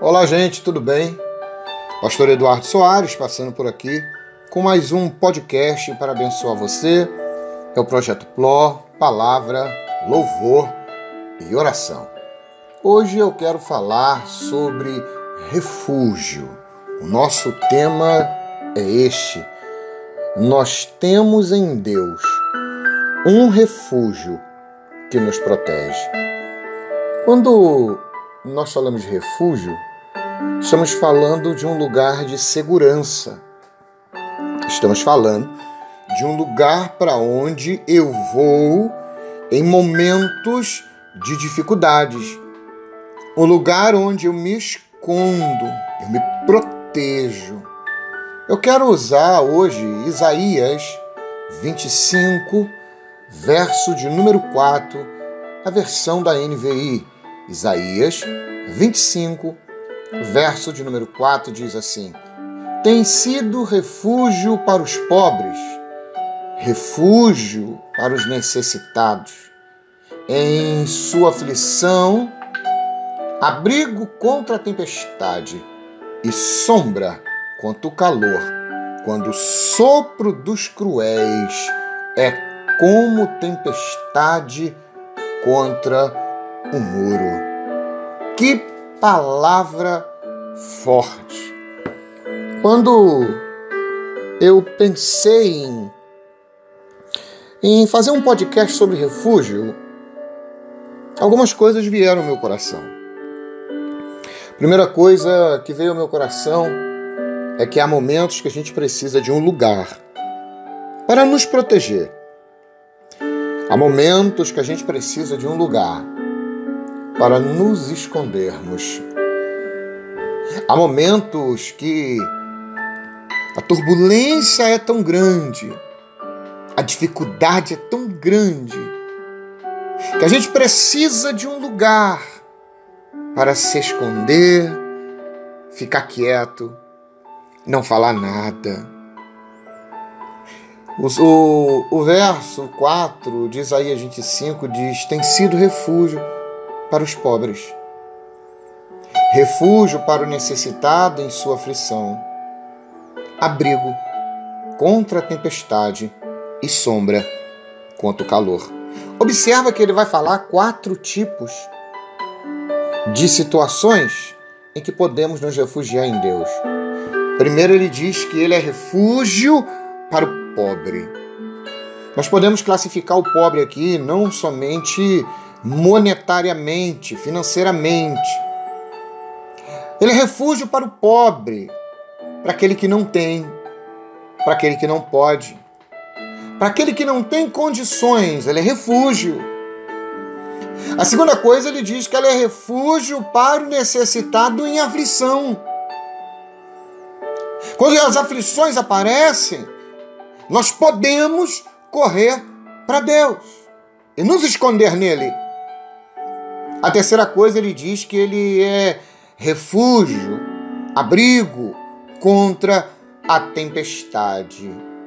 Olá, gente, tudo bem? Pastor Eduardo Soares passando por aqui com mais um podcast para abençoar você. É o Projeto PLO, Palavra, Louvor e Oração. Hoje eu quero falar sobre refúgio. O nosso tema é este. Nós temos em Deus um refúgio que nos protege. Quando nós falamos de refúgio, estamos falando de um lugar de segurança. Estamos falando de um lugar para onde eu vou em momentos de dificuldades. Um lugar onde eu me escondo, eu me protejo. Eu quero usar hoje Isaías 25, verso de número 4, a versão da NVI. Isaías 25, verso de número 4 diz assim: tem sido refúgio para os pobres, refúgio para os necessitados. Em sua aflição, abrigo contra a tempestade e sombra contra o calor, quando o sopro dos cruéis é como tempestade contra um muro. Que palavra forte! Quando eu pensei em fazer um podcast sobre refúgio, algumas coisas vieram ao meu coração. Primeira coisa que veio ao meu coração é que há momentos que a gente precisa de um lugar para nos proteger. Há momentos que a gente precisa de um lugar para nos escondermos. Há momentos que a turbulência é tão grande, a dificuldade é tão grande, que a gente precisa de um lugar para se esconder, ficar quieto, não falar nada. O verso 4 de Isaías 25 diz: tem sido refúgio para os pobres, refúgio para o necessitado em sua aflição, abrigo contra a tempestade e sombra contra o calor. Observa que ele vai falar 4 tipos de situações em que podemos nos refugiar em Deus. Primeiro, ele diz que ele é refúgio para o pobre. Nós podemos classificar o pobre aqui não somente monetariamente, financeiramente. Ele é refúgio para o pobre, para aquele que não tem, para aquele que não pode, para aquele que não tem condições, ele é refúgio. A segunda coisa, ele diz que ele é refúgio para o necessitado em aflição. Quando as aflições aparecem, nós podemos correr para Deus e nos esconder nele. A terceira coisa, ele diz que ele é refúgio, abrigo contra a tempestade.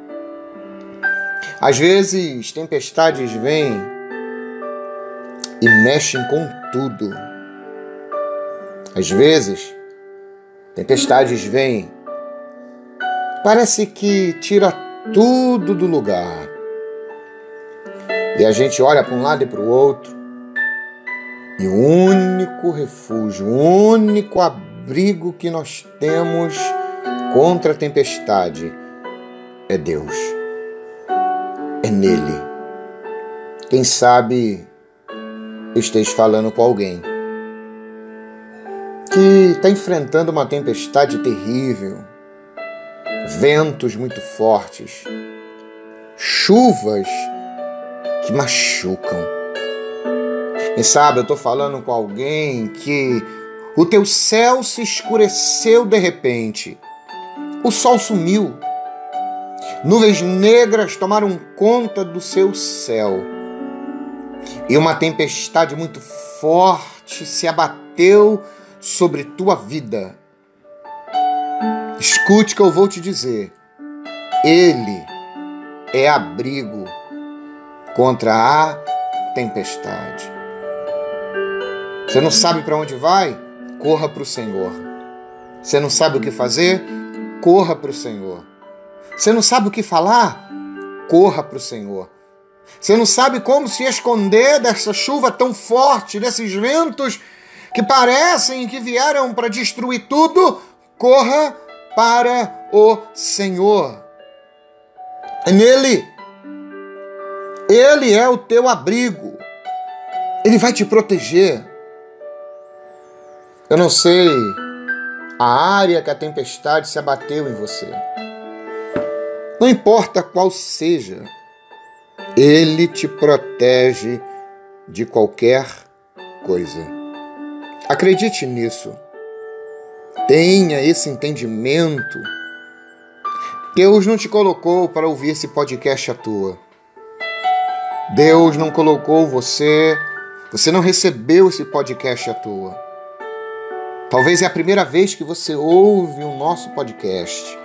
Às vezes, tempestades vêm e mexem com tudo. Às vezes, tempestades vêm, parece que tira tudo do lugar. E a gente olha para um lado e para o outro, e o único refúgio, o único abrigo que nós temos contra a tempestade é Deus. É nele. Quem sabe esteja falando com alguém que está enfrentando uma tempestade terrível, ventos muito fortes, chuvas que machucam. Quem sabe eu estou falando com alguém que o teu céu se escureceu de repente, o sol sumiu, nuvens negras tomaram conta do seu céu e uma tempestade muito forte se abateu sobre tua vida. Escute o que eu vou te dizer. Ele é abrigo contra a tempestade. Você não sabe para onde vai? corra para o Senhor. Você não sabe o que fazer? Corra para o Senhor. Você não sabe o que falar? Corra para o Senhor. Você não sabe como se esconder dessa chuva tão forte, desses ventos que parecem que vieram para destruir tudo? Corra para o Senhor. É nele. Ele é o teu abrigo. Ele vai te proteger. Eu não sei a área que a tempestade se abateu em você. Não importa qual seja, Ele te protege de qualquer coisa. Acredite nisso. Tenha esse entendimento. Deus não te colocou para ouvir esse podcast à toa. Deus não colocou você não recebeu esse podcast à toa. Talvez é a primeira vez que você ouve o nosso podcast.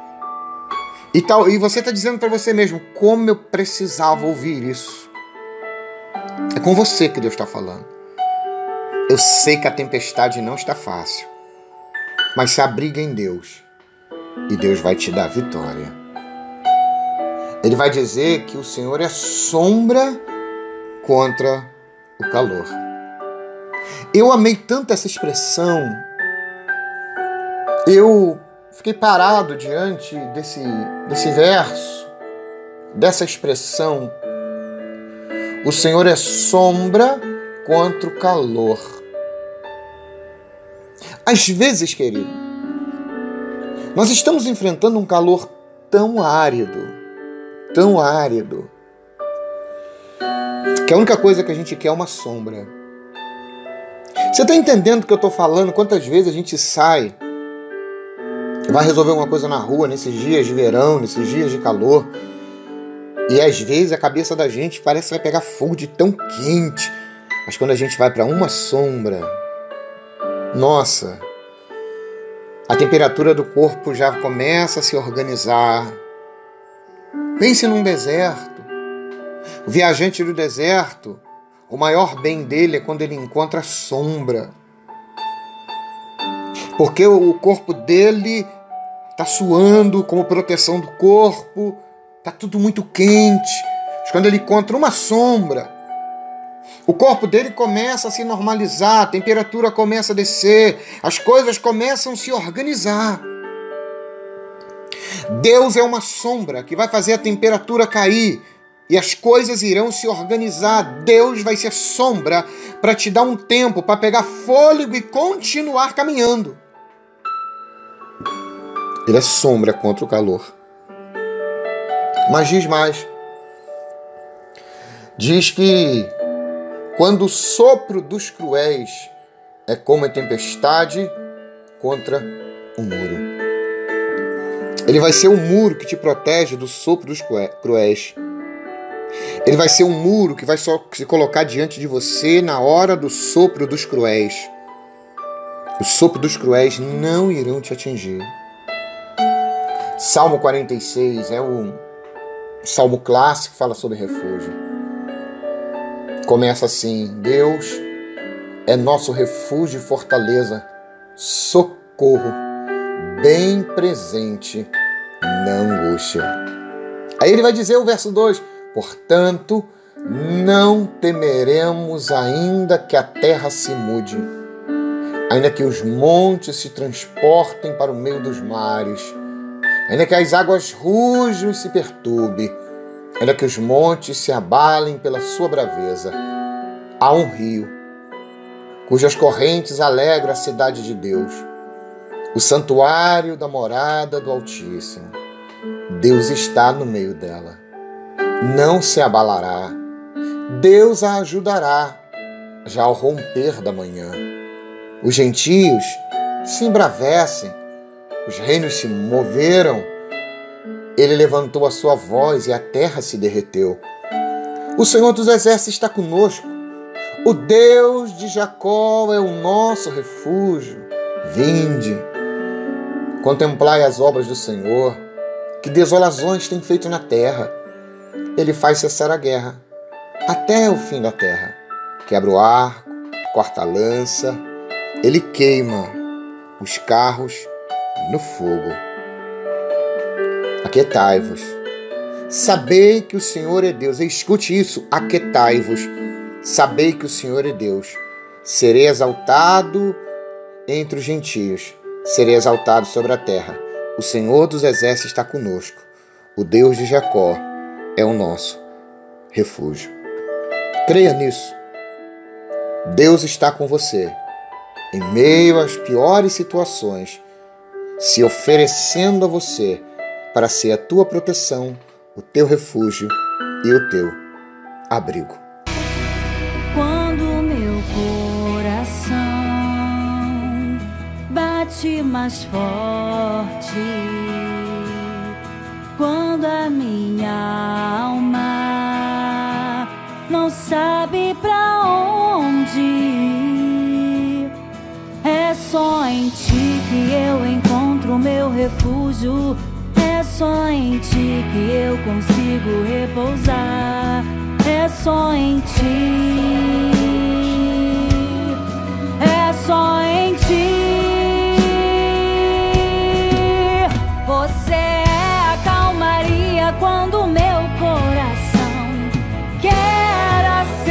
E você está dizendo para você mesmo, como eu precisava ouvir isso. É com você que Deus está falando. Eu sei que a tempestade não está fácil, mas se abriga em Deus e Deus vai te dar vitória. Ele vai dizer que o Senhor é sombra contra o calor. Eu amei tanto essa expressão. Eu fiquei parado diante desse verso, dessa expressão. O Senhor é sombra contra o calor. Às vezes, querido, nós estamos enfrentando um calor tão árido, que a única coisa que a gente quer é uma sombra. Você está entendendo o que eu estou falando? Quantas vezes a gente sai, vai resolver uma coisa na rua nesses dias de verão, nesses dias de calor, e às vezes a cabeça da gente parece que vai pegar fogo de tão quente, mas quando a gente vai para uma sombra, nossa, a temperatura do corpo já começa a se organizar. Pense num deserto. O viajante do deserto, o maior bem dele é quando ele encontra sombra. Porque o corpo dele está suando como proteção do corpo, está tudo muito quente. Mas quando ele encontra uma sombra, o corpo dele começa a se normalizar, a temperatura começa a descer, as coisas começam a se organizar. Deus é uma sombra que vai fazer a temperatura cair e as coisas irão se organizar. Deus vai ser sombra para te dar um tempo para pegar fôlego e continuar caminhando. Ele é sombra contra o calor. Mas diz mais. Diz que quando o sopro dos cruéis é como a tempestade contra o muro. Ele vai ser um muro que te protege do sopro dos cruéis. Ele vai ser um muro que vai só se colocar diante de você na hora do sopro dos cruéis. O sopro dos cruéis não irão te atingir. Salmo 46 é um salmo clássico que fala sobre refúgio. Começa assim: Deus é nosso refúgio e fortaleza, socorro bem presente na angústia. Aí ele vai dizer o verso 2: portanto, não temeremos ainda que a terra se mude, ainda que os montes se transportem para o meio dos mares, ainda que as águas rujam e se perturbem, ainda que os montes se abalem pela sua braveza. Há um rio, cujas correntes alegram a cidade de Deus, o santuário da morada do Altíssimo. Deus está no meio dela. Não se abalará. Deus a ajudará, já ao romper da manhã. Os gentios se embravecem, os reinos se moveram. Ele levantou a sua voz e a terra se derreteu. O Senhor dos Exércitos está conosco. O Deus de Jacó é o nosso refúgio. Vinde, contemplai as obras do Senhor, que desolações tem feito na terra. Ele faz cessar a guerra até o fim da terra. Quebra o arco, corta a lança, Ele queima os carros no fogo. Aquietai-vos. Sabei que o Senhor é Deus. Escute isso. Aquietai-vos. Sabei que o Senhor é Deus. Serei exaltado entre os gentios. Serei exaltado sobre a terra. O Senhor dos exércitos está conosco. O Deus de Jacó é o nosso refúgio. Creia nisso. Deus está com você. Em meio às piores situações, se oferecendo a você para ser a tua proteção, o teu refúgio e o teu abrigo. Quando meu coração bate mais forte, quando a minha alma não sabe pra onde ir, é só em ti que eu encontro meu refúgio. É só em ti que eu consigo repousar. É só em ti. É só em ti. Você é a calmaria quando meu coração quer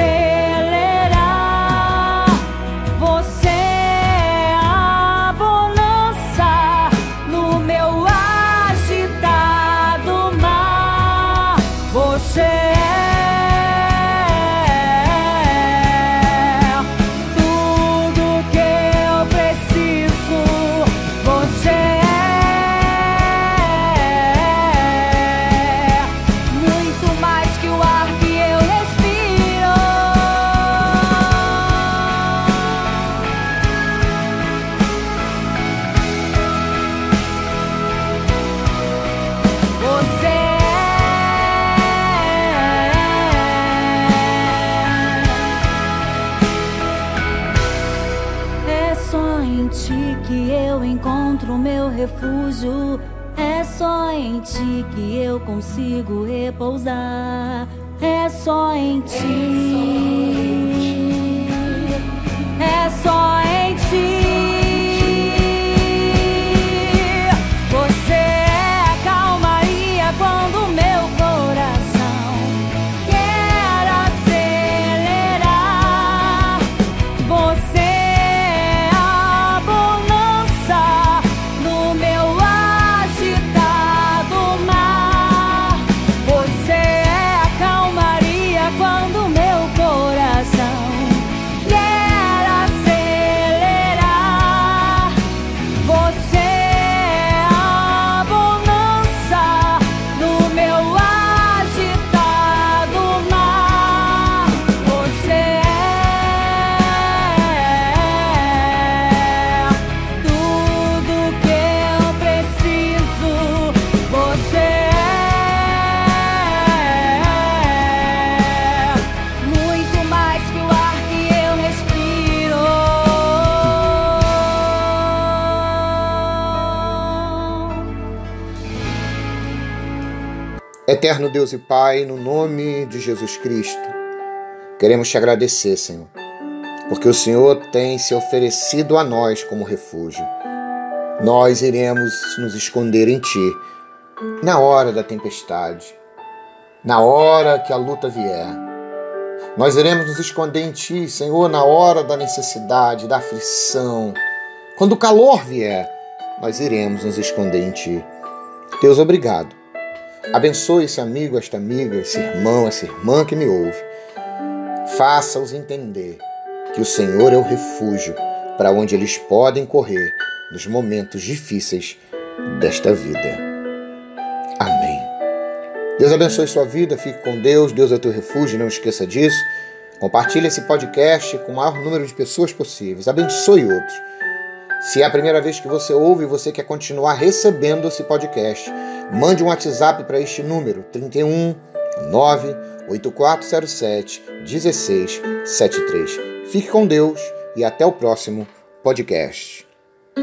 acelerar. Você é a bonança no meu agitado mar. Você é tudo que eu preciso. Você é muito mais que o ar que eu respiro. Você é só em ti que eu encontro meu refúgio. É só em ti que eu consigo repousar. É só em ti. É só em ti. Você é a calmaria quando meu coração quer acelerar. Você é a bonança no meu agitado mar. Você é a calmaria quando meu coração quer acelerar. Você é a bonança no meu agitado mar. Você é tudo que eu preciso. Você é muito mais que o ar que eu respiro. Eterno Deus e Pai, no nome de Jesus Cristo, queremos te agradecer, Senhor, porque o Senhor tem se oferecido a nós como refúgio. Nós iremos nos esconder em Ti na hora da tempestade, na hora que a luta vier. Nós iremos nos esconder em Ti, Senhor, na hora da necessidade, da aflição. Quando o calor vier, nós iremos nos esconder em Ti. Deus, obrigado. Abençoe esse amigo, esta amiga, esse irmão, essa irmã que me ouve. Faça-os entender que o Senhor é o refúgio para onde eles podem correr nos momentos difíceis desta vida. Amém. Deus abençoe sua vida, fique com Deus. Deus é o teu refúgio, não esqueça disso. Compartilhe esse podcast com o maior número de pessoas possíveis. Abençoe outros. Se é a primeira vez que você ouve e você quer continuar recebendo esse podcast, mande um WhatsApp para este número, 31 98407 1673. Fique com Deus e até o próximo podcast.